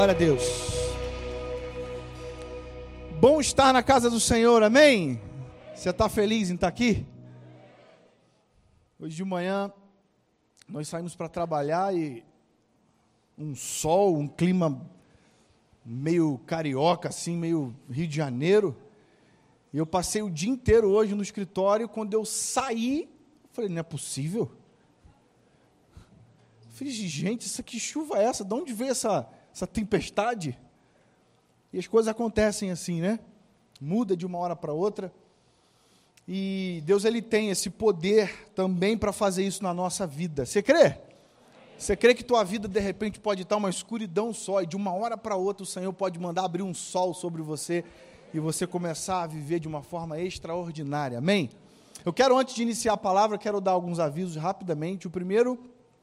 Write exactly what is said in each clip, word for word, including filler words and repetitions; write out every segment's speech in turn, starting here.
Glória a Deus. Bom estar na casa do Senhor, amém? Você está feliz em estar aqui? Hoje de manhã nós saímos para trabalhar e um sol, um clima meio carioca, assim, meio Rio de Janeiro. E eu passei o dia inteiro hoje no escritório. Quando eu saí, eu falei, não é possível? Eu falei, gente, isso que chuva é essa? De onde veio essa... essa tempestade? E as coisas acontecem assim, né? Muda de uma hora para outra. E Deus, Ele tem esse poder também para fazer isso na nossa vida. Você crê? Você crê que tua vida, de repente, pode estar uma escuridão só, e de uma hora para outra o Senhor pode mandar abrir um sol sobre você, e você começar a viver de uma forma extraordinária, amém? Eu quero, antes de iniciar a palavra, quero dar alguns avisos rapidamente. O primeiro...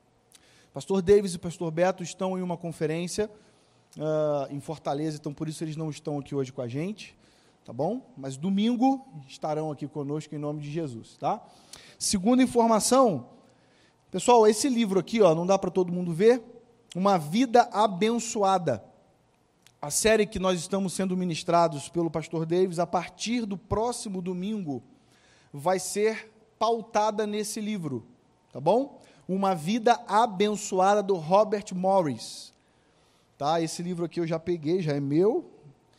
Pastor Davis e Pastor Beto estão em uma conferência uh, em Fortaleza, então por isso eles não estão aqui hoje com a gente, tá bom? Mas domingo estarão aqui conosco em nome de Jesus, tá? Segunda informação, pessoal, esse livro aqui, ó, não dá para todo mundo ver, Uma Vida Abençoada, a série que nós estamos sendo ministrados pelo Pastor Davis, a partir do próximo domingo, vai ser pautada nesse livro, tá bom? Uma Vida Abençoada, do Robert Morris. Tá? Esse livro aqui eu já peguei, já é meu.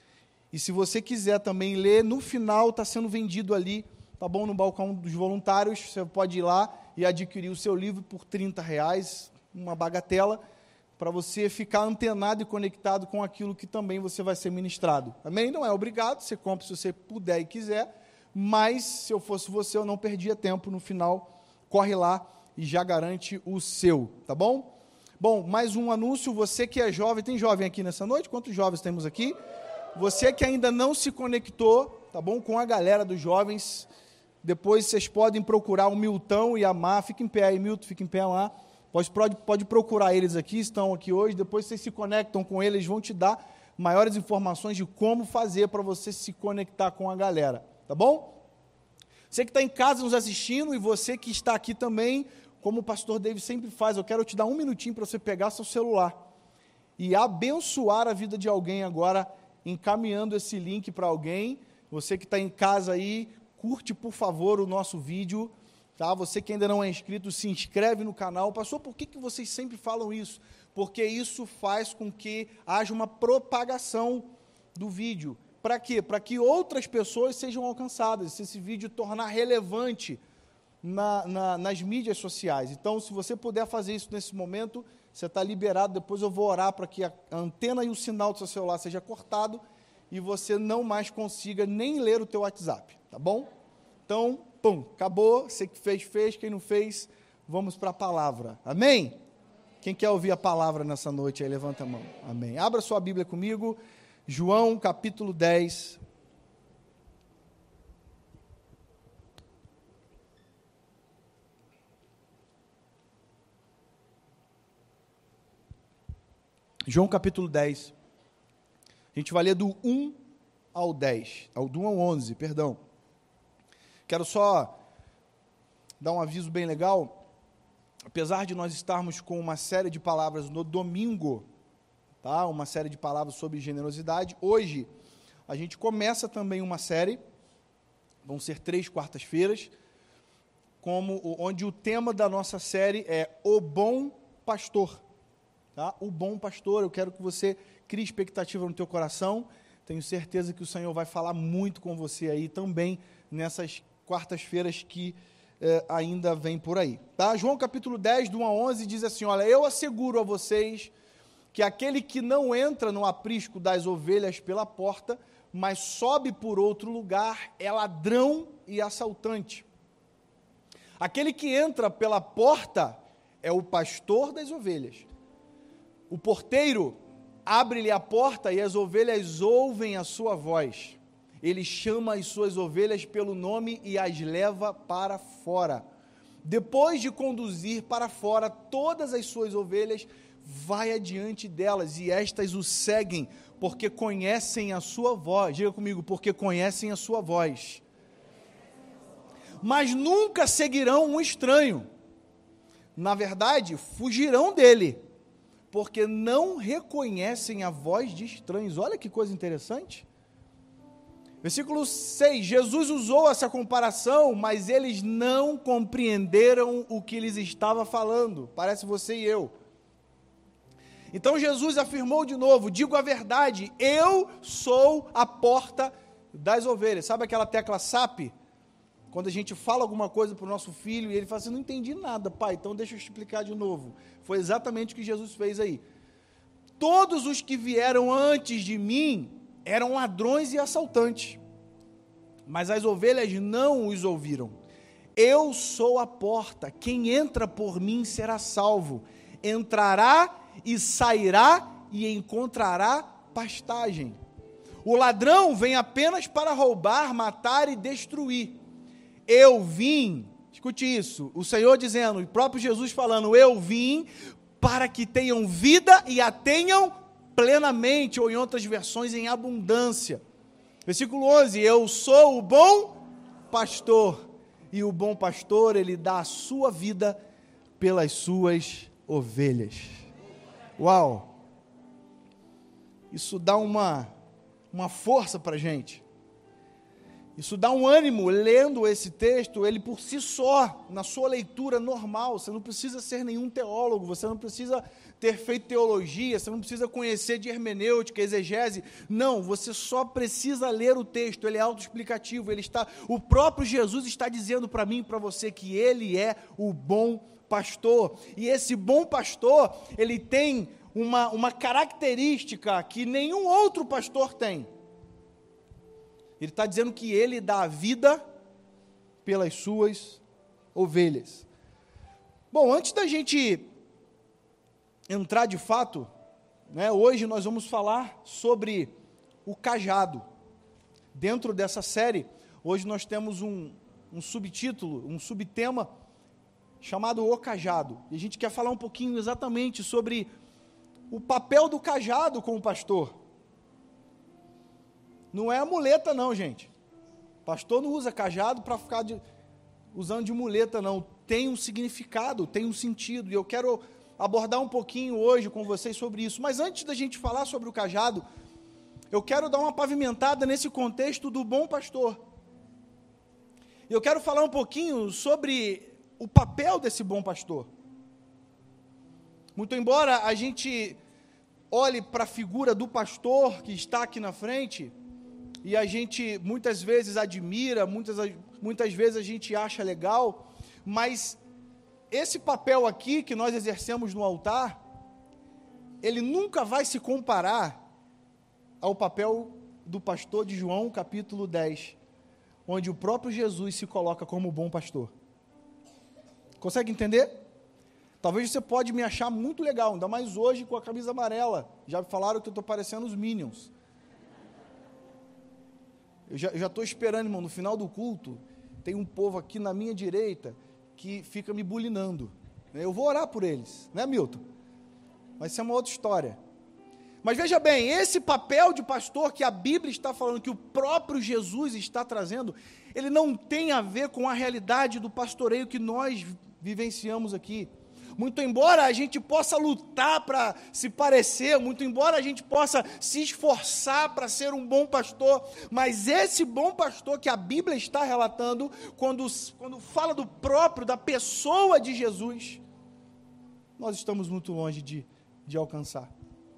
E se você quiser também ler, no final está sendo vendido ali, tá bom? No balcão dos voluntários, você pode ir lá e adquirir o seu livro por trinta reais, uma bagatela, para você ficar antenado e conectado com aquilo que também você vai ser ministrado. Amém? Não é obrigado, você compra se você puder e quiser, mas se eu fosse você, eu não perdia tempo. No final, corre lá e já garante o seu, tá bom? Bom, mais um anúncio, você que é jovem, tem jovem aqui nessa noite? Quantos jovens temos aqui? Você que ainda não se conectou, tá bom, com a galera dos jovens, depois vocês podem procurar o Milton e a Má, fica em pé aí, Milton, fica em pé lá, pode, pode, pode procurar eles aqui, estão aqui hoje, depois vocês se conectam com eles, vão te dar maiores informações de como fazer para você se conectar com a galera, tá bom? Você que está em casa nos assistindo e você que está aqui também, como o pastor David sempre faz, eu quero te dar um minutinho para você pegar seu celular e abençoar a vida de alguém agora, encaminhando esse link para alguém. Você que está em casa aí, curte por favor o nosso vídeo, tá? Você que ainda não é inscrito, se inscreve no canal. Pastor, por que, que vocês sempre falam isso? Porque isso faz com que haja uma propagação do vídeo. Para quê? Para que outras pessoas sejam alcançadas, se esse vídeo tornar relevante Na, na, nas mídias sociais. Então, se você puder fazer isso nesse momento, você está liberado. Depois eu vou orar para que a antena e o sinal do seu celular seja cortado e você não mais consiga nem ler o teu WhatsApp, tá bom? Então, pum, acabou. Você que fez, fez. Quem não fez, vamos para a palavra. Amém? Quem quer ouvir a palavra nessa noite aí, levanta a mão. Amém. Abra sua Bíblia comigo, João capítulo dez. João capítulo dez, a gente vai ler do um ao dez, ao do um ao onze, perdão. Quero só dar um aviso bem legal, apesar de nós estarmos com uma série de palavras no domingo, tá? Uma série de palavras sobre generosidade, hoje a gente começa também uma série, vão ser três quartas-feiras, como, onde o tema da nossa série é O Bom Pastor. Tá? O bom pastor, eu quero que você crie expectativa no teu coração, tenho certeza que o Senhor vai falar muito com você aí também, nessas quartas-feiras que eh, ainda vem por aí. Tá? João capítulo dez, do um a onze, diz assim, olha, eu asseguro a vocês que aquele que não entra no aprisco das ovelhas pela porta, mas sobe por outro lugar, é ladrão e assaltante. Aquele que entra pela porta é o pastor das ovelhas. O porteiro abre-lhe a porta e as ovelhas ouvem a sua voz. Ele chama as suas ovelhas pelo nome e as leva para fora. Depois de conduzir para fora todas as suas ovelhas, vai adiante delas e estas o seguem, porque conhecem a sua voz. Diga comigo, porque conhecem a sua voz. Mas nunca seguirão um estranho. Na verdade, fugirão dele, porque não reconhecem a voz de estranhos. Olha que coisa interessante. Versículo seis, Jesus usou essa comparação, mas eles não compreenderam o que lhes estava falando. Parece você e eu. Então Jesus afirmou de novo, digo a verdade, eu sou a porta das ovelhas. Sabe aquela tecla S A P? Quando a gente fala alguma coisa para o nosso filho e ele fala assim, não entendi nada, pai, então deixa eu explicar de novo. Foi exatamente o que Jesus fez aí. Todos os que vieram antes de mim eram ladrões e assaltantes, mas as ovelhas não os ouviram. Eu sou a porta, quem entra por mim será salvo, entrará e sairá e encontrará pastagem. O ladrão vem apenas para roubar, matar e destruir. Eu vim, escute isso, o Senhor dizendo, o próprio Jesus falando, eu vim para que tenham vida e a tenham plenamente, ou em outras versões, em abundância. Versículo onze, eu sou o bom pastor, e o bom pastor, ele dá a sua vida pelas suas ovelhas. Uau! Isso dá uma, uma força para a gente. Isso dá um ânimo, lendo esse texto, ele por si só, na sua leitura normal, você não precisa ser nenhum teólogo, você não precisa ter feito teologia, você não precisa conhecer de hermenêutica, exegese, não, você só precisa ler o texto, ele é autoexplicativo, ele está, o próprio Jesus está dizendo para mim e para você que ele é o bom pastor, e esse bom pastor, ele tem uma, uma característica que nenhum outro pastor tem. Ele está dizendo que ele dá a vida pelas suas ovelhas. Bom, antes da gente entrar de fato, né, hoje nós vamos falar sobre o cajado. Dentro dessa série, hoje nós temos um, um subtítulo, um subtema chamado O Cajado. E a gente quer falar um pouquinho exatamente sobre o papel do cajado com o pastor. Não é a muleta não, gente. Pastor não usa cajado para ficar de, usando de muleta não. Tem um significado, tem um sentido. E eu quero abordar um pouquinho hoje com vocês sobre isso. Mas antes da gente falar sobre o cajado, eu quero dar uma pavimentada nesse contexto do bom pastor. Eu quero falar um pouquinho sobre o papel desse bom pastor. Muito embora a gente olhe para a figura do pastor que está aqui na frente, e a gente muitas vezes admira, muitas, muitas vezes a gente acha legal, mas esse papel aqui que nós exercemos no altar, ele nunca vai se comparar ao papel do pastor de João, capítulo dez, onde o próprio Jesus se coloca como bom pastor. Consegue entender? Talvez você pode me achar muito legal, ainda mais hoje com a camisa amarela. Já falaram que eu estou parecendo os Minions. Eu já estou esperando, irmão, no final do culto, tem um povo aqui na minha direita que fica me bulinando. Eu vou orar por eles, né, Milton? Vai ser uma outra história. Mas veja bem, esse papel de pastor que a Bíblia está falando, que o próprio Jesus está trazendo, ele não tem a ver com a realidade do pastoreio que nós vivenciamos aqui. Muito embora a gente possa lutar para se parecer, muito embora a gente possa se esforçar para ser um bom pastor, mas esse bom pastor que a Bíblia está relatando, quando, quando fala do próprio, da pessoa de Jesus, nós estamos muito longe de, de alcançar.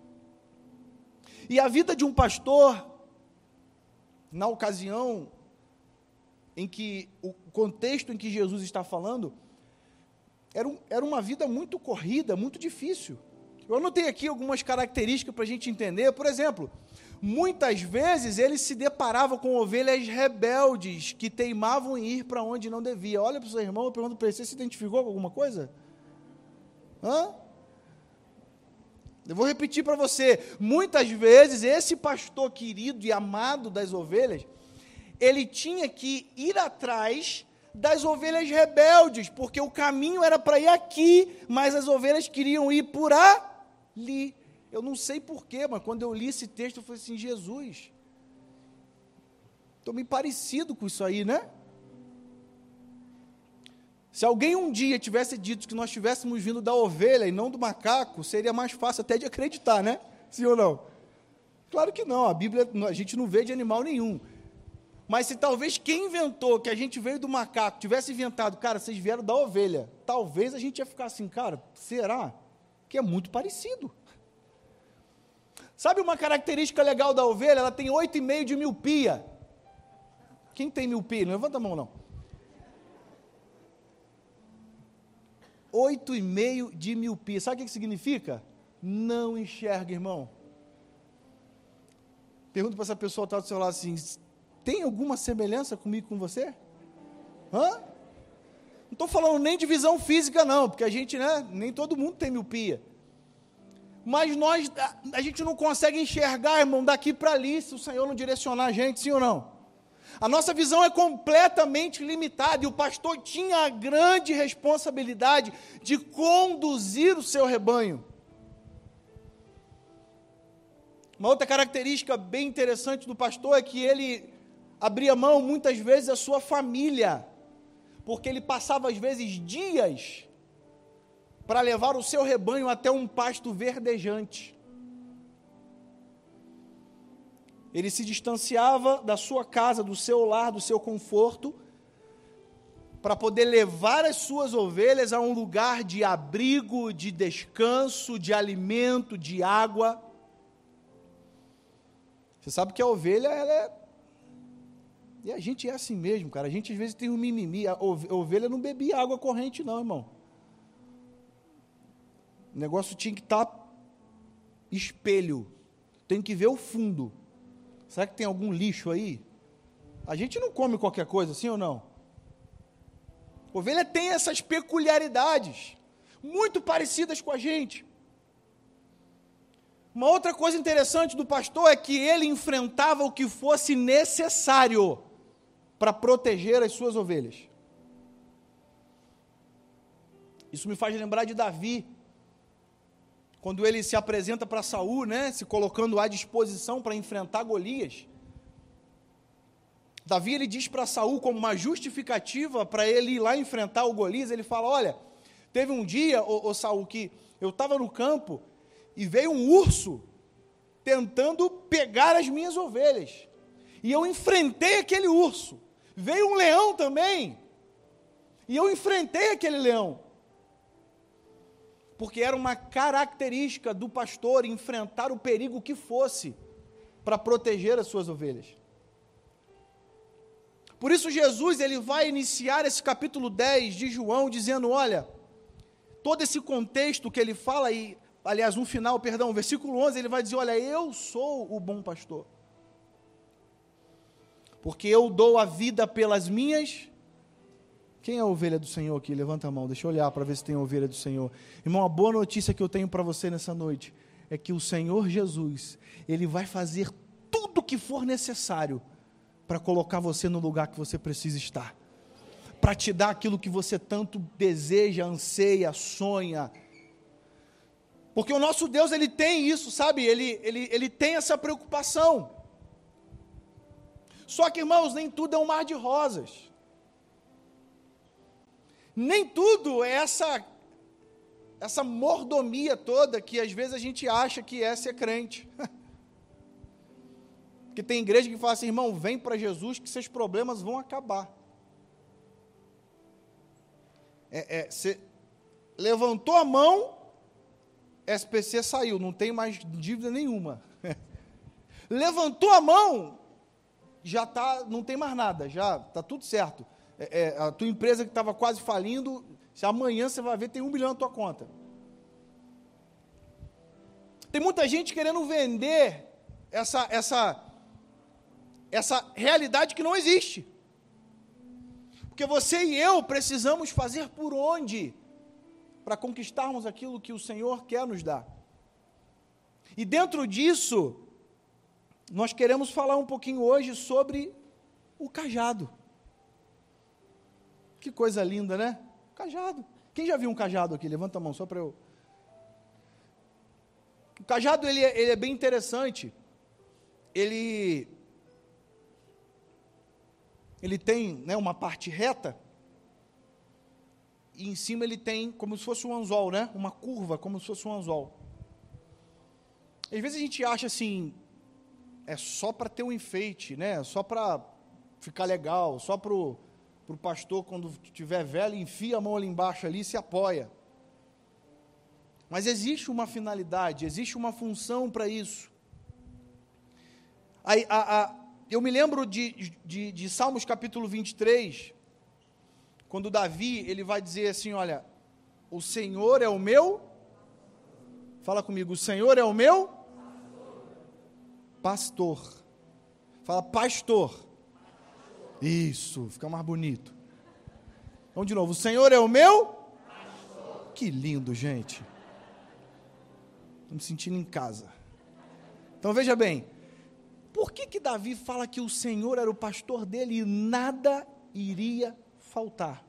E a vida de um pastor, na ocasião em que, o contexto em que Jesus está falando, Era, um, era uma vida muito corrida, muito difícil. Eu anotei aqui algumas características para a gente entender. Por exemplo, muitas vezes ele se deparava com ovelhas rebeldes que teimavam em ir para onde não devia. Olha para o seu irmão e pergunta para ele, você se identificou com alguma coisa? Hã? Eu vou repetir para você. Muitas vezes esse pastor querido e amado das ovelhas, ele tinha que ir atrás das ovelhas rebeldes, porque o caminho era para ir aqui, mas as ovelhas queriam ir por ali. Eu não sei porquê, mas quando eu li esse texto, eu falei assim, Jesus, estou meio parecido com isso aí, né? Se alguém um dia tivesse dito que nós estivéssemos vindo da ovelha e não do macaco, seria mais fácil até de acreditar, né? Sim ou não? Claro que não, a Bíblia, a gente não vê de animal nenhum. Mas se talvez quem inventou que a gente veio do macaco tivesse inventado, cara, vocês vieram da ovelha, talvez a gente ia ficar assim, cara, será? Que é muito parecido. Sabe uma característica legal da ovelha? Ela tem oito e meio de miopia. Quem tem miopia? Não levanta a mão, não. Oito e meio de miopia. Sabe o que que significa? Não enxerga, irmão. Pergunta para essa pessoa que está do seu lado assim, tem alguma semelhança comigo, com você? Hã? Não estou falando nem de visão física, não, porque a gente, né, nem todo mundo tem miopia. Mas nós, a, a gente não consegue enxergar, irmão, daqui para ali, se o Senhor não direcionar a gente, sim ou não? A nossa visão é completamente limitada, e o pastor tinha a grande responsabilidade de conduzir o seu rebanho. Uma outra característica bem interessante do pastor é que ele abria mão, muitas vezes, da sua família, porque ele passava, às vezes, dias para levar o seu rebanho até um pasto verdejante. Ele se distanciava da sua casa, do seu lar, do seu conforto, para poder levar as suas ovelhas a um lugar de abrigo, de descanso, de alimento, de água. Você sabe que a ovelha, ela é... E a gente é assim mesmo, cara. A gente, às vezes, tem um mimimi. A ovelha não bebia água corrente, não, irmão. O negócio tinha que estar espelho. Tem que ver o fundo. Será que tem algum lixo aí? A gente não come qualquer coisa, sim ou não? A ovelha tem essas peculiaridades, muito parecidas com a gente. Uma outra coisa interessante do pastor é que ele enfrentava o que fosse necessário para proteger as suas ovelhas. Isso me faz lembrar de Davi, quando ele se apresenta para Saul, né, se colocando à disposição para enfrentar Golias. Davi, ele diz para Saul, como uma justificativa para ele ir lá enfrentar o Golias, ele fala, olha, teve um dia, ô, ô Saul, que eu estava no campo e veio um urso tentando pegar as minhas ovelhas. E eu enfrentei aquele urso. Veio um leão também. E eu enfrentei aquele leão. Porque era uma característica do pastor enfrentar o perigo que fosse para proteger as suas ovelhas. Por isso Jesus, ele vai iniciar esse capítulo dez de João dizendo, olha, todo esse contexto que ele fala, e, aliás, no final, perdão, versículo onze, ele vai dizer, olha, eu sou o bom pastor. Porque eu dou a vida pelas minhas... Quem é a ovelha do Senhor aqui? Levanta a mão, deixa eu olhar para ver se tem a ovelha do Senhor. Irmão, a boa notícia que eu tenho para você nessa noite é que o Senhor Jesus, Ele vai fazer tudo o que for necessário para colocar você no lugar que você precisa estar. Para te dar aquilo que você tanto deseja, anseia, sonha. Porque o nosso Deus, Ele tem isso, sabe? Ele, ele, ele tem essa preocupação. Só que, irmãos, nem tudo é um mar de rosas. Nem tudo é essa, essa mordomia toda que às vezes a gente acha que é ser crente. Porque tem igreja que fala assim, irmão, vem para Jesus que seus problemas vão acabar. É, é, você levantou a mão, S P C saiu, não tem mais dívida nenhuma. Levantou a mão, já tá, não tem mais nada, já está tudo certo. É, é, a tua empresa que estava quase falindo, se amanhã você vai ver, tem um bilhão na tua conta. Tem muita gente querendo vender essa, essa, essa realidade que não existe. Porque você e eu precisamos fazer por onde para conquistarmos aquilo que o Senhor quer nos dar. E dentro disso, nós queremos falar um pouquinho hoje sobre o cajado. Que coisa linda, né? Cajado. Quem já viu um cajado aqui? Levanta a mão, só para eu... O cajado, ele é, ele é bem interessante. Ele... Ele tem, né, uma parte reta. e em cima ele tem como se fosse um anzol, né? Uma curva, como se fosse um anzol. Às vezes a gente acha assim, é só para ter um enfeite, né? Só para ficar legal, só para o pastor, quando estiver velho, enfia a mão ali embaixo ali e se apoia. Mas existe uma finalidade, existe uma função para isso. Aí, a, a, eu me lembro de, de, de Salmos capítulo vinte e três, quando Davi, ele vai dizer assim, olha, o Senhor é o meu, fala comigo, o Senhor é o meu pastor. Fala, pastor. Isso, fica mais bonito. Vamos de novo, o Senhor é o meu pastor. Que lindo, gente. Estou me sentindo em casa. Então veja bem, por que que Davi fala que o Senhor era o pastor dele e nada iria faltar?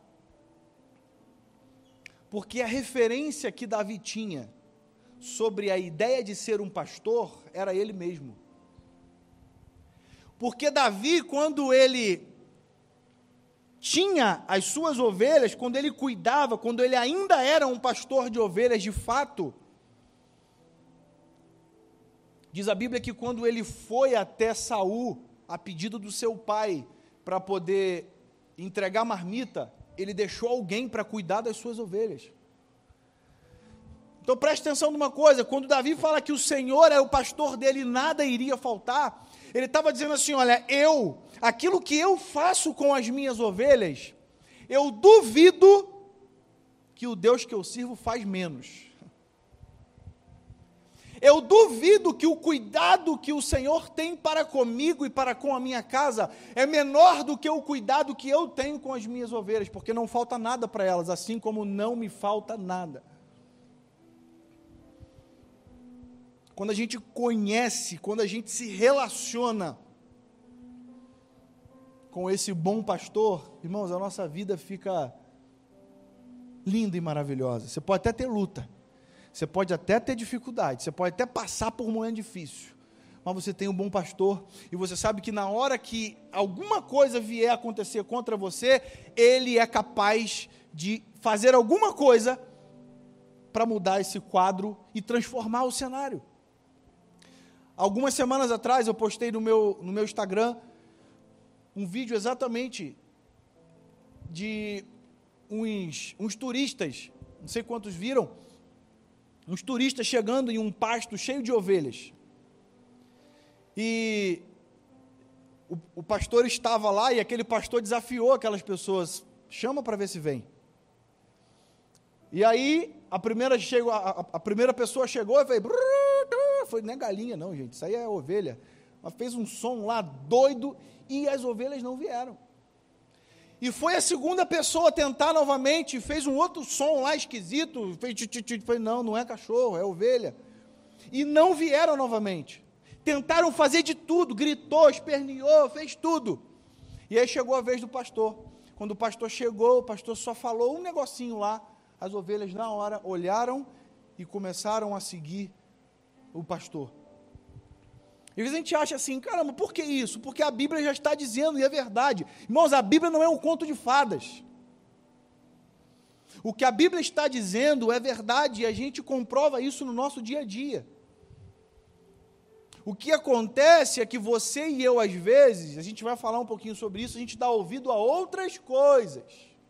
Porque a referência que Davi tinha sobre a ideia de ser um pastor era ele mesmo. Porque Davi, quando ele tinha as suas ovelhas, quando ele cuidava, quando ele ainda era um pastor de ovelhas de fato, diz a Bíblia que quando ele foi até Saul, a pedido do seu pai, para poder entregar marmita, ele deixou alguém para cuidar das suas ovelhas. Então preste atenção numa coisa, quando Davi fala que o Senhor é o pastor dele e nada iria faltar, ele estava dizendo assim, olha, eu, aquilo que eu faço com as minhas ovelhas, eu duvido que o Deus que eu sirvo faz menos. Eu duvido que o cuidado que o Senhor tem para comigo e para com a minha casa é menor do que o cuidado que eu tenho com as minhas ovelhas, porque não falta nada para elas, assim como não me falta nada. Quando a gente conhece, quando a gente se relaciona com esse bom pastor, irmãos, a nossa vida fica linda e maravilhosa. Você pode até ter luta, você pode até ter dificuldade, você pode até passar por um momento difícil, mas você tem um bom pastor, e você sabe que na hora que alguma coisa vier a acontecer contra você, ele é capaz de fazer alguma coisa para mudar esse quadro e transformar o cenário. Algumas semanas atrás eu postei no meu, no meu Instagram um vídeo exatamente de uns, uns turistas, não sei quantos viram, uns turistas chegando em um pasto cheio de ovelhas. E o, o pastor estava lá e aquele pastor desafiou aquelas pessoas, chama para ver se vem. E aí a primeira, chegou, a, a, a primeira pessoa chegou e fez... Foi, não é galinha não, gente, isso aí é ovelha. Mas fez um som lá doido e as ovelhas não vieram. E foi a segunda pessoa tentar novamente, fez um outro som lá esquisito, fez tch, foi não, não é cachorro, é ovelha. E não vieram novamente. Tentaram fazer de tudo, gritou, esperneou, fez tudo. E aí chegou a vez do pastor. Quando o pastor chegou, o pastor só falou um negocinho lá, as ovelhas na hora olharam e começaram a seguir o pastor. E às vezes a gente acha assim, caramba, por que isso? Porque a Bíblia já está dizendo, e é verdade. Irmãos, a Bíblia não é um conto de fadas. O que a Bíblia está dizendo é verdade, e a gente comprova isso no nosso dia a dia. O que acontece é que você e eu, às vezes, a gente vai falar um pouquinho sobre isso, a gente dá ouvido a outras coisas.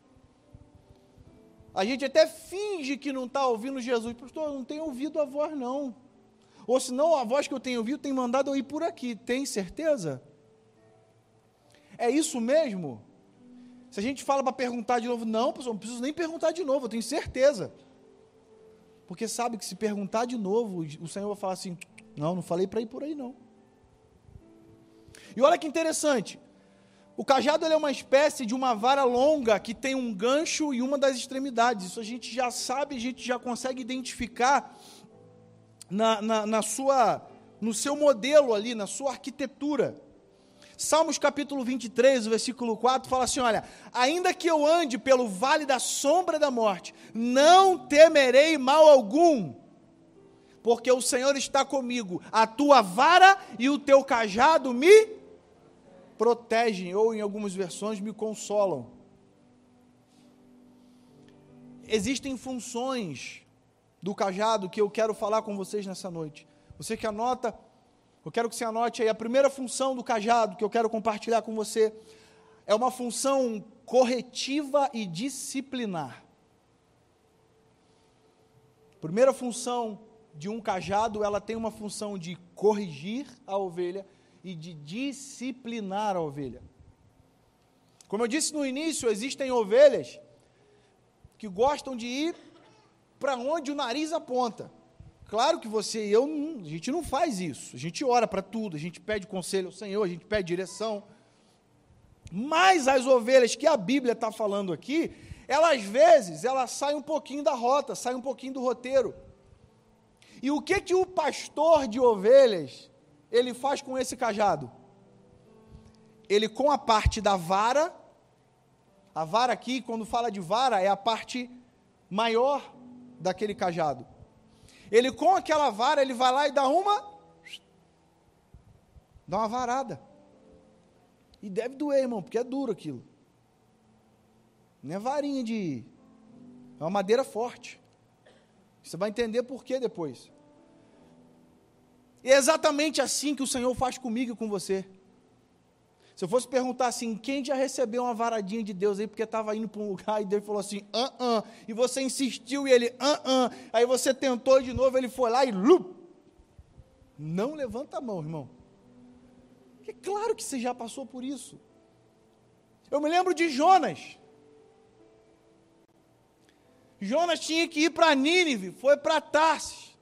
A gente até finge que não está ouvindo Jesus. Pastor, eu não tenho ouvido a voz, não. Ou senão a voz que eu tenho ouvido tem mandado eu ir por aqui. Tem certeza? É isso mesmo? Se a gente fala para perguntar de novo, não, pessoal, não preciso nem perguntar de novo, eu tenho certeza. Porque sabe que se perguntar de novo, o Senhor vai falar assim, não, não falei para ir por aí não. E olha que interessante, o cajado ele é uma espécie de uma vara longa que tem um gancho e uma das extremidades. Isso a gente já sabe, a gente já consegue identificar Na, na, na sua, no seu modelo ali, na sua arquitetura. Salmos capítulo vinte e três, versículo quatro, fala assim, olha, ainda que eu ande pelo vale da sombra da morte, não temerei mal algum, porque o Senhor está comigo, a tua vara e o teu cajado me protegem, ou em algumas versões, me consolam. existem funções do cajado que eu quero falar com vocês nessa noite. Você que anota, eu quero que você anote aí, a primeira função do cajado que eu quero compartilhar com você é uma função corretiva e disciplinar. Primeira função de um cajado, ela tem uma função de corrigir a ovelha e de disciplinar a ovelha. Como eu disse no início, existem ovelhas que gostam de ir para onde o nariz aponta. Claro que você e eu, a gente não faz isso. A gente ora para tudo, a gente pede conselho ao Senhor, a gente pede direção. Mas as ovelhas que a Bíblia está falando aqui, elas às vezes, elas saem um pouquinho da rota, saem um pouquinho do roteiro. E o que que o pastor de ovelhas, ele faz com esse cajado? Ele, com a parte da vara, a vara aqui, quando fala de vara, é a parte maior daquele cajado. Ele, com aquela vara, ele vai lá e dá uma, dá uma varada. E deve doer, irmão, porque é duro aquilo. Não é varinha de... é uma madeira forte. Você vai entender por quê depois. E é exatamente assim que o Senhor faz comigo e com você. Se eu fosse perguntar assim, quem já recebeu uma varadinha de Deus aí, porque estava indo para um lugar e Deus falou assim, ah, ah, e você insistiu e ele, ah, ah, aí você tentou de novo, ele foi lá e lup. Não levanta a mão, irmão. Porque claro que você já passou por isso. Eu me lembro de Jonas. Jonas tinha que ir para Nínive, foi para Tarsis.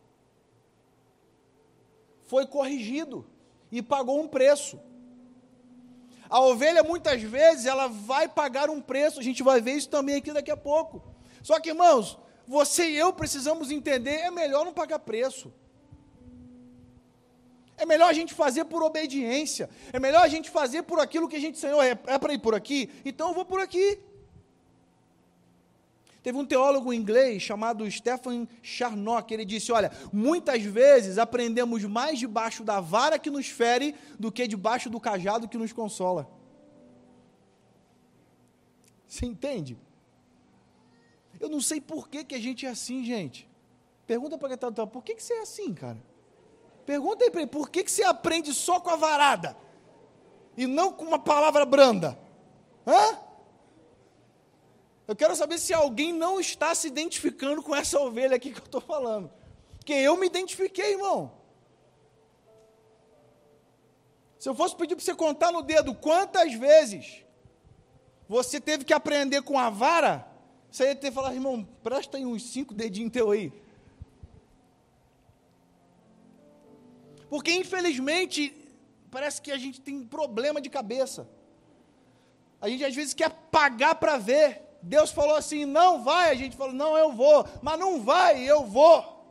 Foi corrigido e pagou um preço. A ovelha, muitas vezes, ela vai pagar um preço, a gente vai ver isso também aqui daqui a pouco. Só que, irmãos, você e eu precisamos entender, é melhor não pagar preço. É melhor a gente fazer por obediência, é melhor a gente fazer por aquilo que a gente, Senhor, é, é para ir por aqui, então eu vou por aqui. Teve um teólogo inglês chamado Stephen Charnock, ele disse, olha, muitas vezes aprendemos mais debaixo da vara que nos fere do que debaixo do cajado que nos consola. Você entende? Eu não sei por que, que a gente é assim, gente. Pergunta para quem está do lado, por que, que você é assim, cara? Pergunta aí para ele, por que, que você aprende só com a varada? E não com uma palavra branda? Hã? Eu quero saber se alguém não está se identificando com essa ovelha aqui que eu estou falando. Porque eu me identifiquei, irmão. Se eu fosse pedir para você contar no dedo quantas vezes você teve que aprender com a vara, você ia ter que falar, irmão, presta aí uns cinco dedinhos teu aí. Porque, infelizmente, parece que a gente tem problema de cabeça. A gente, às vezes, quer pagar para ver. Deus falou assim, não vai, a gente falou, não, eu vou, mas não vai, eu vou.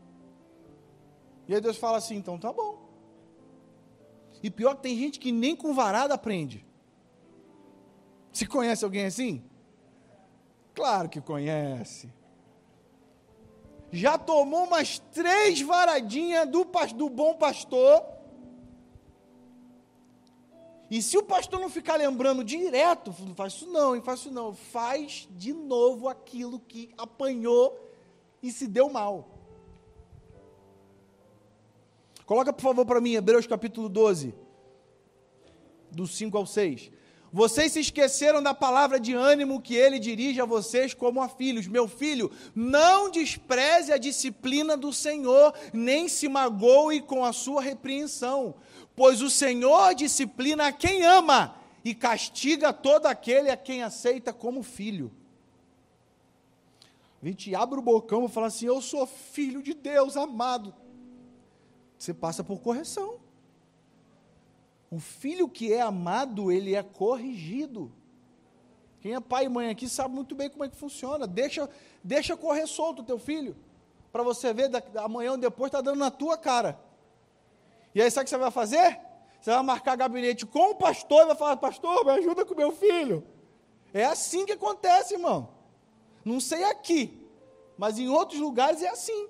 E aí Deus fala assim, então tá bom. E pior que tem gente que nem com varada aprende. Você conhece alguém assim? Claro que conhece. Já tomou umas três varadinhas do, do bom pastor. E se o pastor não ficar lembrando direto, não faz isso não, não faz isso não, faz de novo aquilo que apanhou e se deu mal. Coloca por favor para mim, Hebreus capítulo doze, do cinco ao seis. Vocês se esqueceram da palavra de ânimo que ele dirige a vocês como a filhos. Meu filho, não despreze a disciplina do Senhor, nem se magoe com a sua repreensão. Pois o Senhor disciplina a quem ama e castiga todo aquele a quem aceita como filho. A gente abre o bocão e fala assim, eu sou filho de Deus, amado. Você passa por correção. O filho que é amado, ele é corrigido. Quem é pai e mãe aqui sabe muito bem como é que funciona. Deixa, deixa correr solto o teu filho, para você ver, da, amanhã ou depois está dando na tua cara. E aí sabe o que você vai fazer? Você vai marcar gabinete com o pastor e vai falar, pastor, me ajuda com o meu filho. É assim que acontece, irmão. Não sei aqui, mas em outros lugares é assim.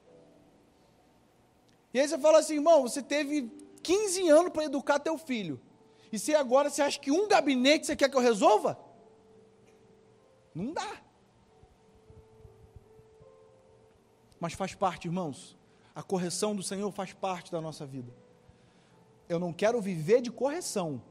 E aí você fala assim, irmão, você teve quinze anos para educar teu filho. E se agora você acha que um gabinete você quer que eu resolva? Não dá. Mas faz parte, irmãos. A correção do Senhor faz parte da nossa vida. Eu não quero viver de correção.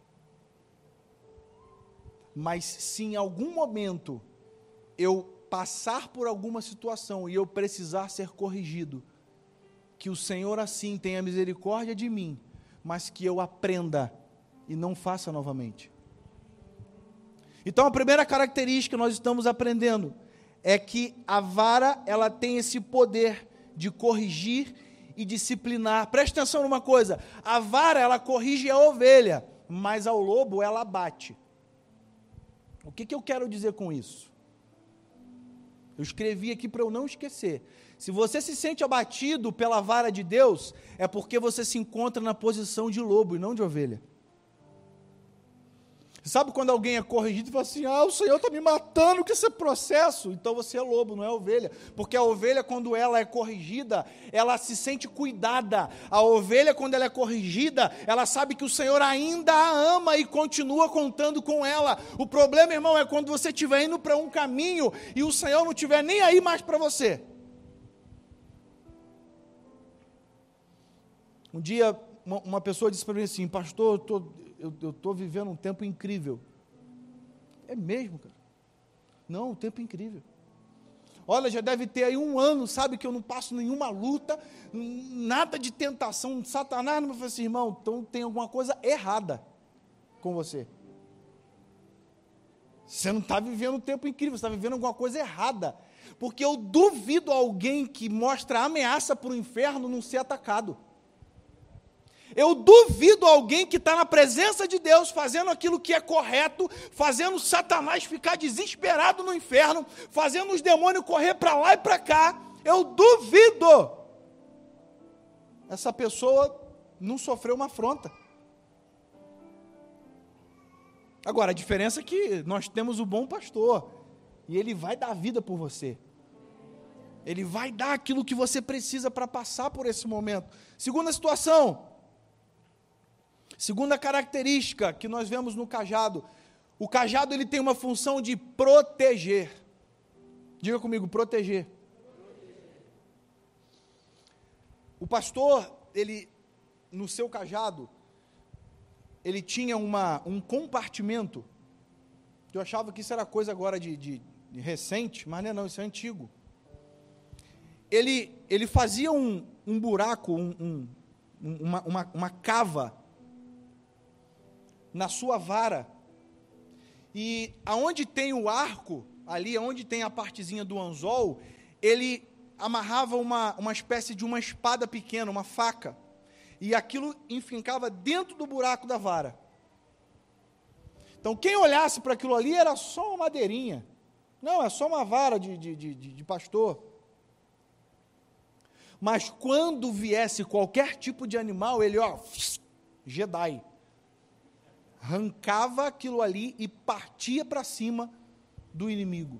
Mas se em algum momento eu passar por alguma situação e eu precisar ser corrigido, que o Senhor assim tenha misericórdia de mim, mas que eu aprenda e não faça novamente. Então a primeira característica que nós estamos aprendendo é que a vara, ela tem esse poder de corrigir e disciplinar. Preste atenção numa coisa, a vara, ela corrige a ovelha, mas ao lobo ela bate. O que, que eu quero dizer com isso? Eu escrevi aqui para eu não esquecer. Se você se sente abatido pela vara de Deus, é porque você se encontra na posição de lobo e não de ovelha. Sabe quando alguém é corrigido e fala assim, ah, o Senhor está me matando com esse processo? Então você é lobo, não é ovelha. Porque a ovelha, quando ela é corrigida, ela se sente cuidada. A ovelha, quando ela é corrigida, ela sabe que o Senhor ainda a ama e continua contando com ela. O problema, irmão, é quando você estiver indo para um caminho e o Senhor não estiver nem aí mais para você. Um dia, uma, uma pessoa disse para mim assim, pastor, eu estou... eu estou vivendo um tempo incrível. É mesmo, cara? Não, um tempo incrível. Olha, já deve ter aí um ano, sabe, que eu não passo nenhuma luta, nada de tentação, Satanás não me fala assim, irmão, então tem alguma coisa errada com você. Você não está vivendo um tempo incrível, você está vivendo alguma coisa errada. Porque eu duvido alguém que mostra ameaça para o inferno não ser atacado. Eu duvido alguém que está na presença de Deus, fazendo aquilo que é correto, fazendo Satanás ficar desesperado no inferno, fazendo os demônios correr para lá e para cá. Eu duvido. Essa pessoa não sofreu uma afronta. Agora, a diferença é que nós temos o bom pastor, e ele vai dar vida por você. Ele vai dar aquilo que você precisa para passar por esse momento. Segunda situação. Segunda característica que nós vemos no cajado, o cajado ele tem uma função de proteger. Diga comigo, proteger. O pastor, ele, no seu cajado, ele tinha uma, um compartimento, eu achava que isso era coisa agora de, de, de recente, mas não é não, isso é antigo. Ele, ele fazia um, um buraco, um, um, uma, uma, uma cava, na sua vara, e aonde tem o arco, ali onde tem a partezinha do anzol, ele amarrava uma, uma espécie de uma espada pequena, uma faca, e aquilo enfincava dentro do buraco da vara. Então quem olhasse para aquilo ali era só uma madeirinha, não, é só uma vara de, de, de, de pastor. Mas quando viesse qualquer tipo de animal, ele, ó, Jedi, arrancava aquilo ali e partia para cima do inimigo.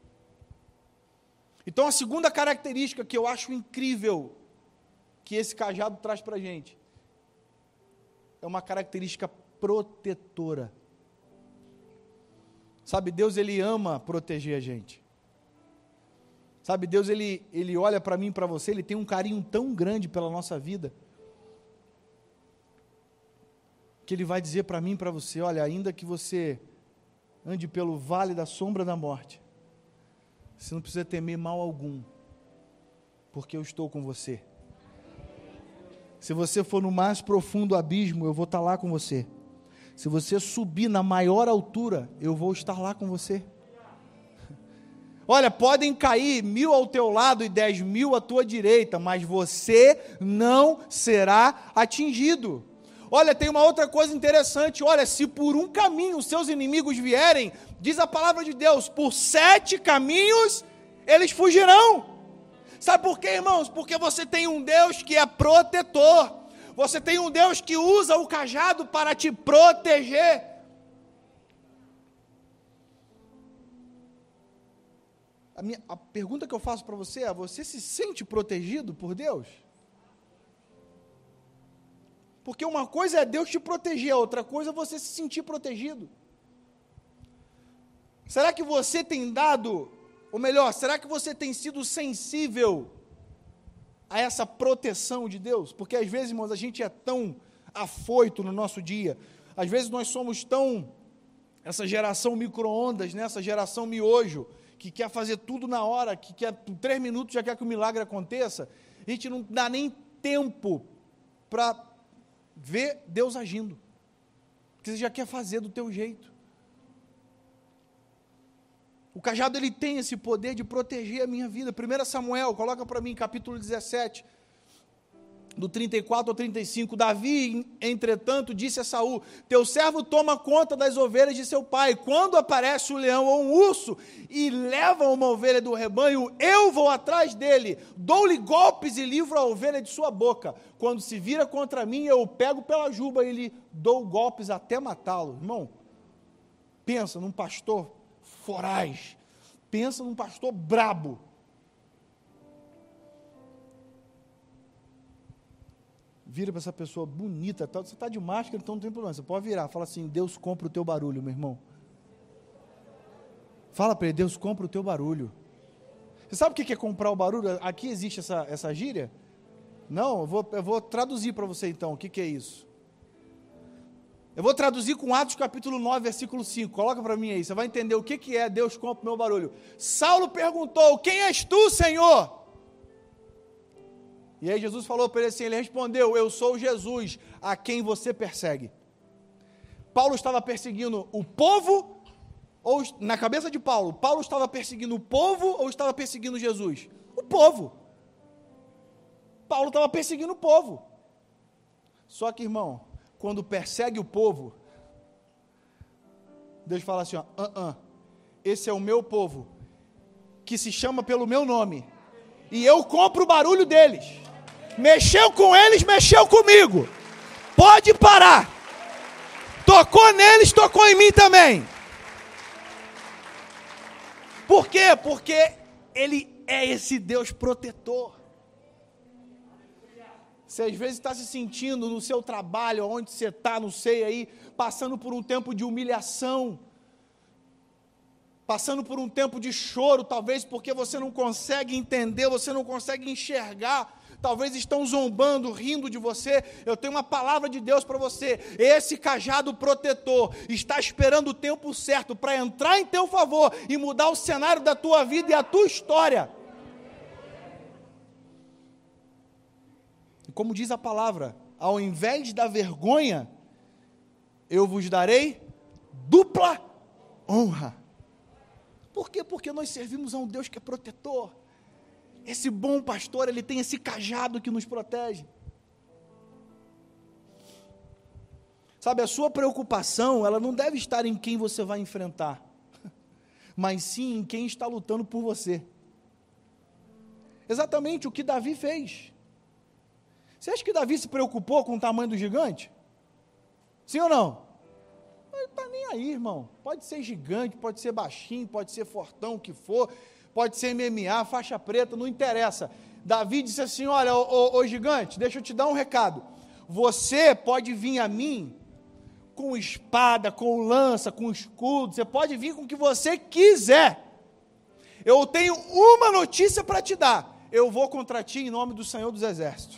Então, a segunda característica que eu acho incrível que esse cajado traz para a gente é uma característica protetora. Sabe, Deus, Ele ama proteger a gente. Sabe, Deus, Ele, ele olha para mim e para você, Ele tem um carinho tão grande pela nossa vida, que Ele vai dizer para mim e para você, olha, ainda que você ande pelo vale da sombra da morte, você não precisa temer mal algum, porque eu estou com você. Se você for no mais profundo abismo, eu vou estar lá com você. Se você subir na maior altura, eu vou estar lá com você. Olha, podem cair mil ao teu lado e dez mil à tua direita, mas você não será atingido. Olha, tem uma outra coisa interessante, olha, se por um caminho os seus inimigos vierem, diz a palavra de Deus, por sete caminhos eles fugirão. Sabe por quê, irmãos? Porque você tem um Deus que é protetor, você tem um Deus que usa o cajado para te proteger. A, minha, a pergunta que eu faço para você é, você se sente protegido por Deus? Porque uma coisa é Deus te proteger, a outra coisa é você se sentir protegido. Será que você tem dado ou melhor, será que você tem sido sensível a essa proteção de Deus? Porque às vezes, irmãos, a gente é tão afoito no nosso dia, às vezes nós somos tão, essa geração micro-ondas, né? Essa geração miojo, que quer fazer tudo na hora, que quer, por três minutos já quer que o milagre aconteça, a gente não dá nem tempo para ver Deus agindo, porque você já quer fazer do teu jeito. O cajado, ele tem esse poder de proteger a minha vida. primeiro Samuel, coloca para mim, capítulo dezessete, do trinta e quatro ao trinta e cinco, Davi, entretanto, disse a Saul, teu servo toma conta das ovelhas de seu pai, quando aparece um leão ou um urso, e leva uma ovelha do rebanho, eu vou atrás dele, dou-lhe golpes e livro a ovelha de sua boca, quando se vira contra mim, eu o pego pela juba e lhe dou golpes até matá-lo. Irmão, pensa num pastor foraz, pensa num pastor brabo. Vira para essa pessoa bonita, tal, você está de máscara, então não tem problema, você pode virar, fala assim, Deus compra o teu barulho, meu irmão. Fala para ele, Deus compra o teu barulho. Você sabe o que é comprar o barulho? Aqui existe essa, essa gíria? Não, eu vou, eu vou traduzir para você então, o que, que é isso? Eu vou traduzir com Atos capítulo nove, versículo cinco, coloca para mim aí, você vai entender o que, que é Deus compra o meu barulho. Saulo perguntou, quem és tu, Senhor? E aí Jesus falou para ele assim, ele respondeu, eu sou Jesus, a quem você persegue. Paulo estava perseguindo o povo, ou na cabeça de Paulo, Paulo estava perseguindo o povo ou estava perseguindo Jesus? O povo. Paulo estava perseguindo o povo. Só que, irmão, quando persegue o povo, Deus fala assim, ó, uh -uh, esse é o meu povo, que se chama pelo meu nome, e eu compro o barulho deles. Mexeu com eles, mexeu comigo. Pode parar. Tocou neles, tocou em mim também. Por quê? Porque Ele é esse Deus protetor. Você às vezes está se sentindo no seu trabalho, onde você está, não sei aí, passando por um tempo de humilhação, passando por um tempo de choro, talvez porque você não consegue entender, você não consegue enxergar, talvez estão zombando, rindo de você. Eu tenho uma palavra de Deus para você, esse cajado protetor está esperando o tempo certo para entrar em teu favor e mudar o cenário da tua vida e a tua história. Como diz a palavra, ao invés da vergonha, eu vos darei dupla honra. Por quê? Porque nós servimos a um Deus que é protetor. Esse bom pastor, ele tem esse cajado que nos protege. Sabe, a sua preocupação, ela não deve estar em quem você vai enfrentar, mas sim em quem está lutando por você. Exatamente o que Davi fez. Você acha que Davi se preocupou com o tamanho do gigante? Sim ou não? Ele não está nem aí, irmão. Pode ser gigante, pode ser baixinho, pode ser fortão, o que for, pode ser M M A, faixa preta, não interessa. Davi disse assim, olha, ô, ô, ô gigante, deixa eu te dar um recado. Você pode vir a mim com espada, com lança, com escudo, você pode vir com o que você quiser. Eu tenho uma notícia para te dar. Eu vou contra ti em nome do Senhor dos Exércitos.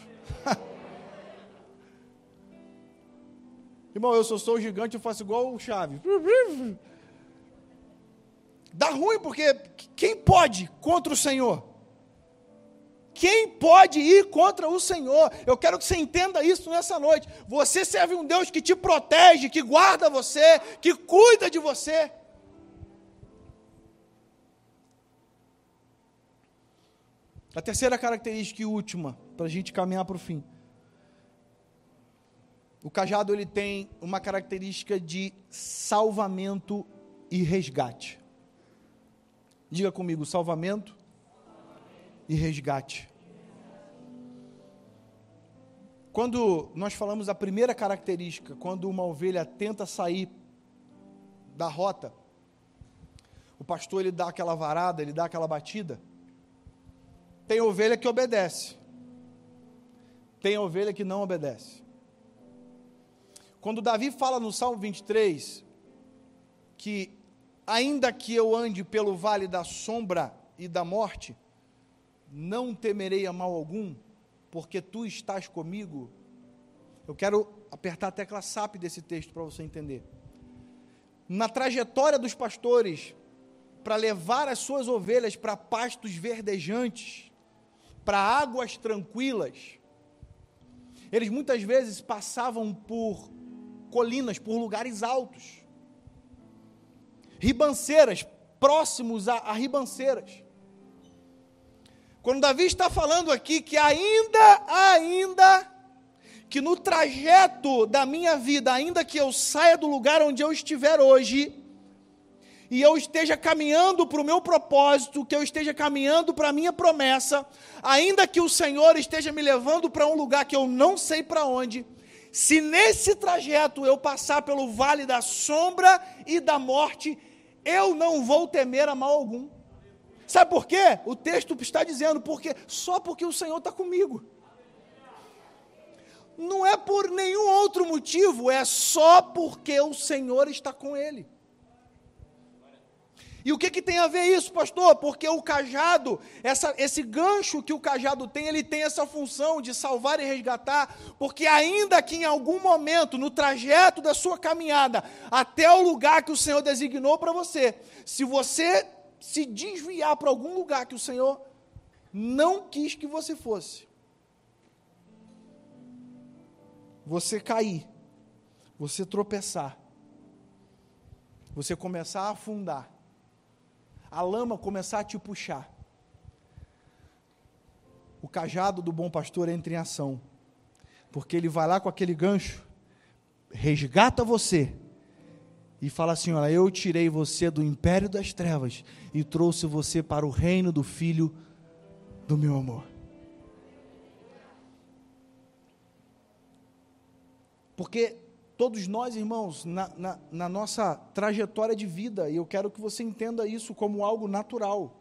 Irmão, eu sou, sou gigante, eu faço igual o Chaves. Dá ruim, porque quem pode contra o Senhor? Quem pode ir contra o Senhor? Eu quero que você entenda isso nessa noite. Você serve um Deus que te protege, que guarda você, que cuida de você. A terceira característica e última, para a gente caminhar para o fim. O cajado, ele tem uma característica de salvamento e resgate. Diga comigo, salvamento e resgate. Quando nós falamos a primeira característica, quando uma ovelha tenta sair da rota, o pastor, ele dá aquela varada, ele dá aquela batida. Tem ovelha que obedece, tem ovelha que não obedece. Quando Davi fala no Salmo vinte e três, que ainda que eu ande pelo vale da sombra e da morte, não temerei a mal algum, porque tu estás comigo. Eu quero apertar a tecla S A P desse texto para você entender. Na trajetória dos pastores, para levar as suas ovelhas para pastos verdejantes, para águas tranquilas, eles muitas vezes passavam por colinas, por lugares altos, ribanceiras, próximos a, a ribanceiras. Quando Davi está falando aqui que ainda, ainda, que no trajeto da minha vida, ainda que eu saia do lugar onde eu estiver hoje, e eu esteja caminhando para o meu propósito, que eu esteja caminhando para a minha promessa, ainda que o Senhor esteja me levando para um lugar que eu não sei para onde, se nesse trajeto eu passar pelo vale da sombra e da morte, eu não vou temer a mal algum. Sabe por quê? O texto está dizendo, porque só porque o Senhor está comigo. Não é por nenhum outro motivo, é só porque o Senhor está com ele. E o que, que tem a ver isso, pastor? Porque o cajado, essa, esse gancho que o cajado tem, ele tem essa função de salvar e resgatar, porque ainda que em algum momento, no trajeto da sua caminhada, até o lugar que o Senhor designou para você, se você se desviar para algum lugar que o Senhor não quis que você fosse, você cair, você tropeçar, você começar a afundar, a lama começar a te puxar, o cajado do bom pastor entra em ação, porque ele vai lá com aquele gancho, resgata você, e fala assim, olha, eu tirei você do império das trevas, e trouxe você para o reino do Filho do meu amor. Porque todos nós, irmãos, na, na, na nossa trajetória de vida, e eu quero que você entenda isso como algo natural,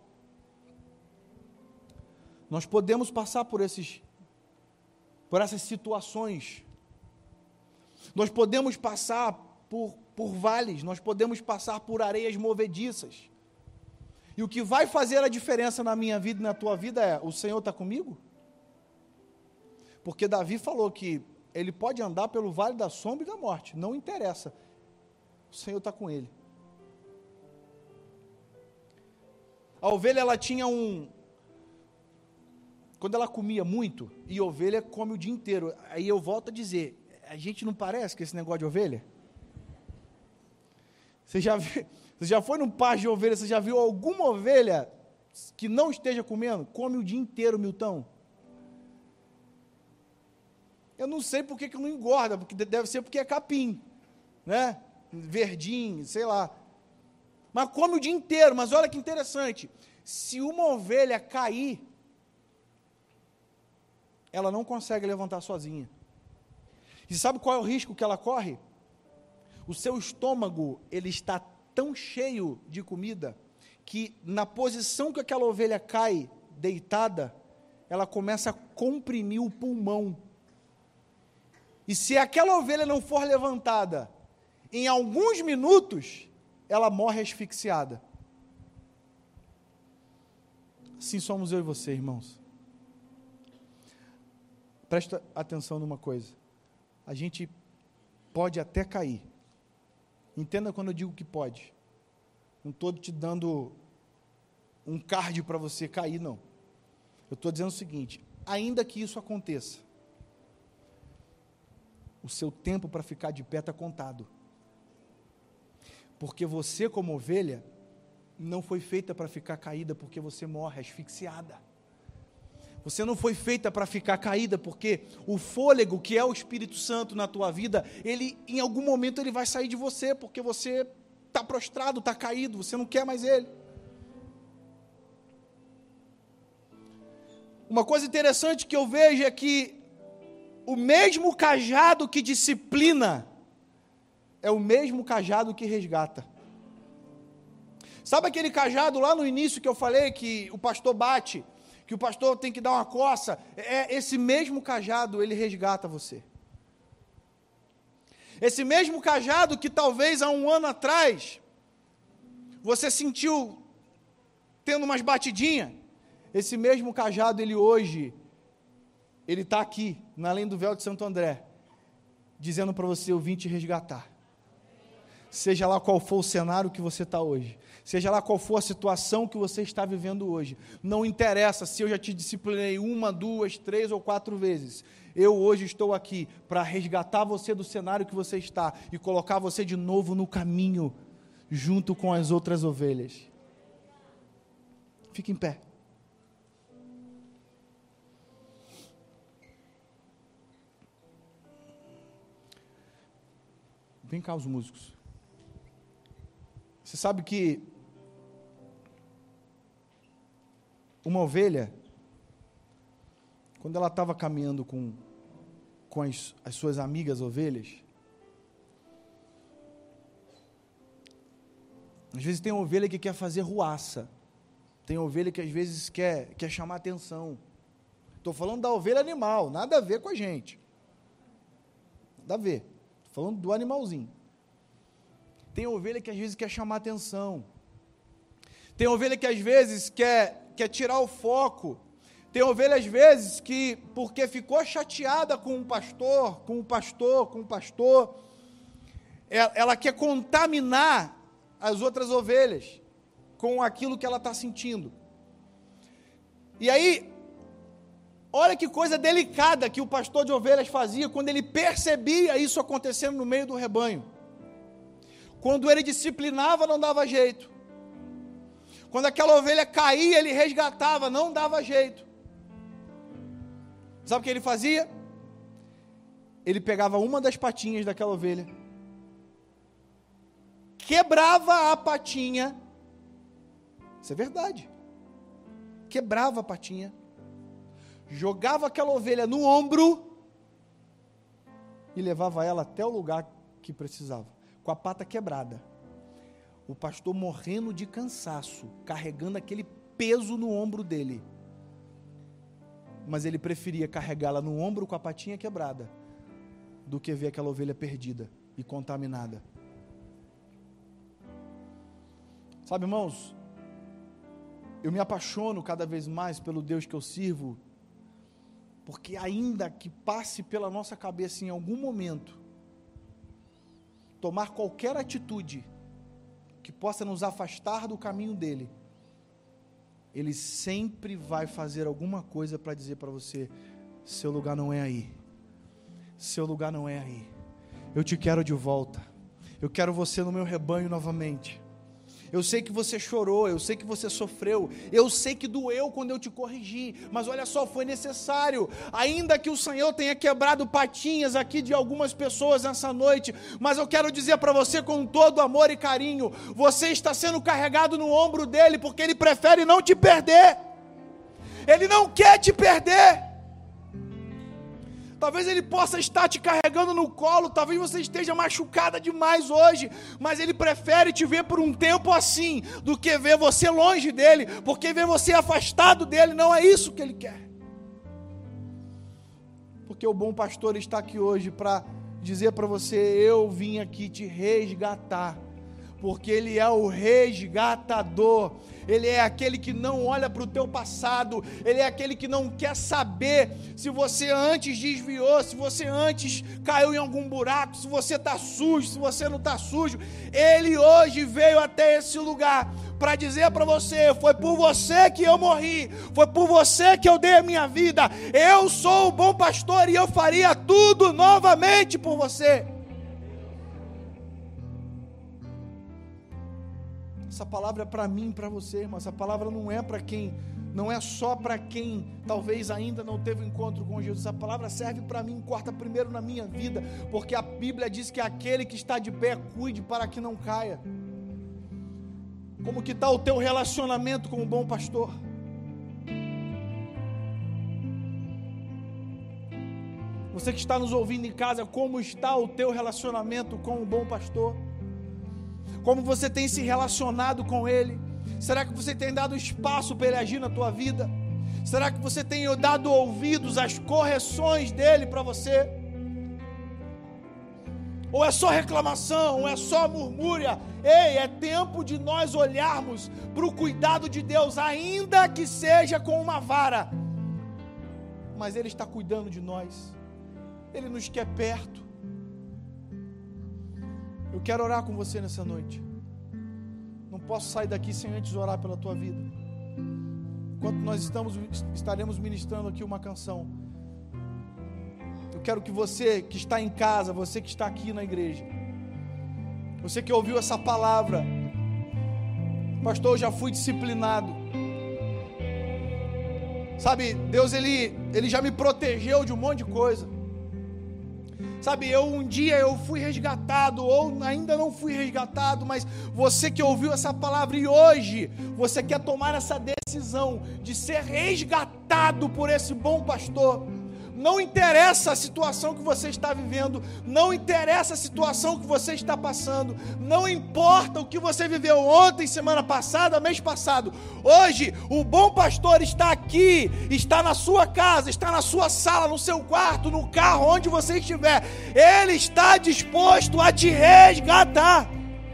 nós podemos passar por esses, por essas situações, nós podemos passar por, por vales, nós podemos passar por areias movediças, e o que vai fazer a diferença na minha vida e na tua vida é, o Senhor está comigo? Porque Davi falou que ele pode andar pelo vale da sombra e da morte, não interessa, o Senhor está com ele. A ovelha, ela tinha um, quando ela comia muito, e ovelha come o dia inteiro, aí eu volto a dizer, a gente não parece com esse negócio de ovelha? Você já, viu, você já foi num pasto de ovelha, você já viu alguma ovelha que não esteja comendo? Come o dia inteiro, Milton. Eu não sei por que que não engorda, porque deve ser porque é capim, né? Verdinho, sei lá. Mas come o dia inteiro, mas olha que interessante. Se uma ovelha cair, ela não consegue levantar sozinha. E sabe qual é o risco que ela corre? O seu estômago, ele está tão cheio de comida, que na posição que aquela ovelha cai, deitada, ela começa a comprimir o pulmão. E se aquela ovelha não for levantada, em alguns minutos, ela morre asfixiada. Assim somos eu e você, irmãos. Presta atenção numa coisa. A gente pode até cair. Entenda quando eu digo que pode. Não estou te dando um card para você cair, não. Eu estou dizendo o seguinte, ainda que isso aconteça, o seu tempo para ficar de pé está contado. Porque você, como ovelha, não foi feita para ficar caída porque você morre asfixiada. Você não foi feita para ficar caída porque o fôlego, que é o Espírito Santo na tua vida, ele, em algum momento, ele vai sair de você, porque você está prostrado, está caído, você não quer mais ele. Uma coisa interessante que eu vejo é que o mesmo cajado que disciplina é o mesmo cajado que resgata. Sabe aquele cajado lá no início que eu falei que o pastor bate, que o pastor tem que dar uma coça? É esse mesmo cajado, ele resgata você. Esse mesmo cajado que talvez há um ano atrás você sentiu tendo umas batidinhas. Esse mesmo cajado, ele hoje, ele está aqui, na Além do Véu de Santo André, dizendo para você: eu vim te resgatar. Seja lá qual for o cenário que você está hoje, seja lá qual for a situação que você está vivendo hoje, não interessa se eu já te disciplinei uma, duas, três ou quatro vezes, eu hoje estou aqui para resgatar você do cenário que você está e colocar você de novo no caminho, junto com as outras ovelhas. Fique em pé. Vem cá os músicos. Você sabe que uma ovelha, quando ela estava caminhando com, com as, as suas amigas ovelhas, às vezes tem ovelha que quer fazer ruaça, tem ovelha que às vezes quer, quer chamar atenção. Estou falando da ovelha animal, nada a ver com a gente, nada a ver, estou falando do animalzinho. Tem ovelha que às vezes quer chamar atenção, tem ovelha que às vezes quer, quer tirar o foco, tem ovelha às vezes que, porque ficou chateada com o pastor, com o pastor, com o pastor, ela, ela quer contaminar as outras ovelhas com aquilo que ela está sentindo. E aí, olha que coisa delicada que o pastor de ovelhas fazia quando ele percebia isso acontecendo no meio do rebanho. Quando ele disciplinava, não dava jeito. Quando aquela ovelha caía, ele resgatava, não dava jeito. Sabe o que ele fazia? Ele pegava uma das patinhas daquela ovelha, quebrava a patinha, isso é verdade, quebrava a patinha, jogava aquela ovelha no ombro e levava ela até o lugar que precisava, com a pata quebrada. O pastor morrendo de cansaço, carregando aquele peso no ombro dele. Mas ele preferia carregá-la no ombro com a patinha quebrada, do que ver aquela ovelha perdida e contaminada. Sabe, irmãos, eu me apaixono cada vez mais pelo Deus que eu sirvo, porque ainda que passe pela nossa cabeça em algum momento, tomar qualquer atitude que possa nos afastar do caminho dele, ele sempre vai fazer alguma coisa para dizer para você: seu lugar não é aí, seu lugar não é aí, eu te quero de volta, eu quero você no meu rebanho novamente. Eu sei que você chorou, eu sei que você sofreu, eu sei que doeu quando eu te corrigi, mas olha só, foi necessário, ainda que o Senhor tenha quebrado patinhas aqui de algumas pessoas nessa noite, mas eu quero dizer para você com todo amor e carinho, você está sendo carregado no ombro dele, porque ele prefere não te perder, ele não quer te perder. Talvez ele possa estar te carregando no colo, talvez você esteja machucada demais hoje, mas ele prefere te ver por um tempo assim, do que ver você longe dele, porque ver você afastado dele não é isso que ele quer. Porque o bom pastor está aqui hoje para dizer para você: eu vim aqui te resgatar, porque ele é o resgatador. Ele é aquele que não olha para o teu passado, ele é aquele que não quer saber se você antes desviou, se você antes caiu em algum buraco, se você está sujo, se você não está sujo. Ele hoje veio até esse lugar para dizer para você: foi por você que eu morri, foi por você que eu dei a minha vida, eu sou o bom pastor e eu faria tudo novamente por você. Essa palavra é para mim e para você, irmão. Essa palavra não é para quem, não é só para quem talvez ainda não teve um encontro com Jesus. Essa palavra serve para mim, corta primeiro na minha vida, porque a Bíblia diz que aquele que está de pé, cuide para que não caia. Como que está o teu relacionamento com o bom pastor? Você que está nos ouvindo em casa, como está o teu relacionamento com o bom pastor? Como você tem se relacionado com ele? Será que você tem dado espaço para ele agir na tua vida? Será que você tem dado ouvidos às correções dele para você? Ou é só reclamação, ou é só murmúria? Ei, é tempo de nós olharmos para o cuidado de Deus, ainda que seja com uma vara. Mas Ele está cuidando de nós. Ele nos quer perto. Eu quero orar com você nessa noite. Não posso sair daqui sem antes orar pela tua vida. Enquanto nós estamos, estaremos ministrando aqui uma canção, eu quero que você que está em casa, você que está aqui na igreja, você que ouviu essa palavra, pastor, eu já fui disciplinado. Sabe, Deus ele, ele já me protegeu de um monte de coisa. Sabe, eu um dia eu fui resgatado, ou ainda não fui resgatado, mas você que ouviu essa palavra e hoje você quer tomar essa decisão de ser resgatado por esse bom pastor. Não interessa a situação que você está vivendo, não interessa a situação que você está passando, não importa o que você viveu ontem, semana passada, mês passado. Hoje, o bom pastor está aqui, está na sua casa, está na sua sala, no seu quarto, no carro, onde você estiver. Ele está disposto a te resgatar.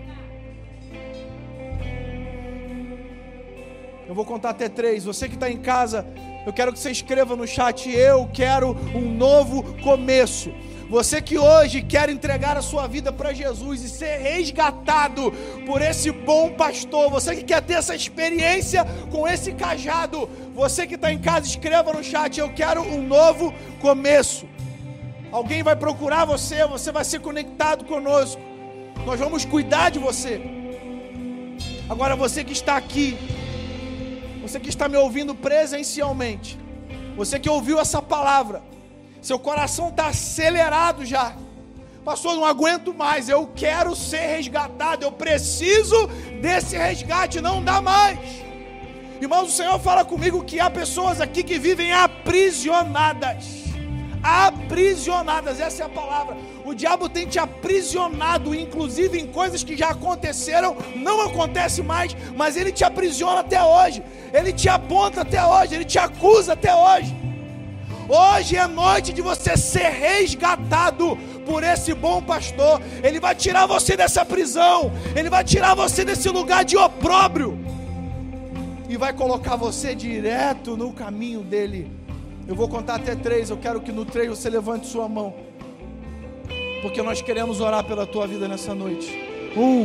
Eu vou contar até três. Você que está em casa, eu quero que você escreva no chat: eu quero um novo começo. Você que hoje quer entregar a sua vida para Jesus e ser resgatado por esse bom pastor, você que quer ter essa experiência com esse cajado, você que está em casa, escreva no chat: eu quero um novo começo. Alguém vai procurar você, você vai ser conectado conosco, nós vamos cuidar de você. Agora você que está aqui, você que está me ouvindo presencialmente, você que ouviu essa palavra, seu coração está acelerado já. Pastor, não aguento mais, eu quero ser resgatado, eu preciso desse resgate, não dá mais. Irmãos, o Senhor fala comigo que há pessoas aqui que vivem aprisionadas. Aprisionadas, essa é a palavra. O diabo tem te aprisionado, inclusive em coisas que já aconteceram, não acontece mais, mas ele te aprisiona até hoje, ele te aponta até hoje, ele te acusa até hoje. Hoje é noite de você ser resgatado por esse bom pastor. Ele vai tirar você dessa prisão, ele vai tirar você desse lugar de opróbrio e vai colocar você direto no caminho dele. Eu vou contar até três, eu quero que no três você levante sua mão, porque nós queremos orar pela tua vida nessa noite. Um,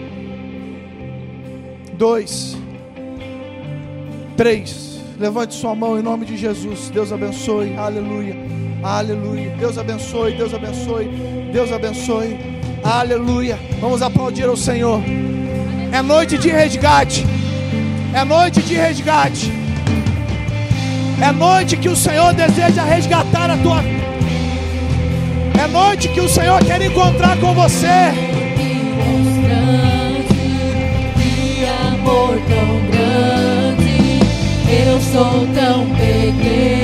dois, três. Levante sua mão em nome de Jesus. Deus abençoe, aleluia, aleluia. Deus abençoe, Deus abençoe, Deus abençoe, aleluia. Vamos aplaudir ao Senhor. É noite de resgate, é noite de resgate. É noite que o Senhor deseja resgatar a tua vida. É noite que o Senhor quer encontrar com você. Que amor tão grande, eu sou tão pequeno.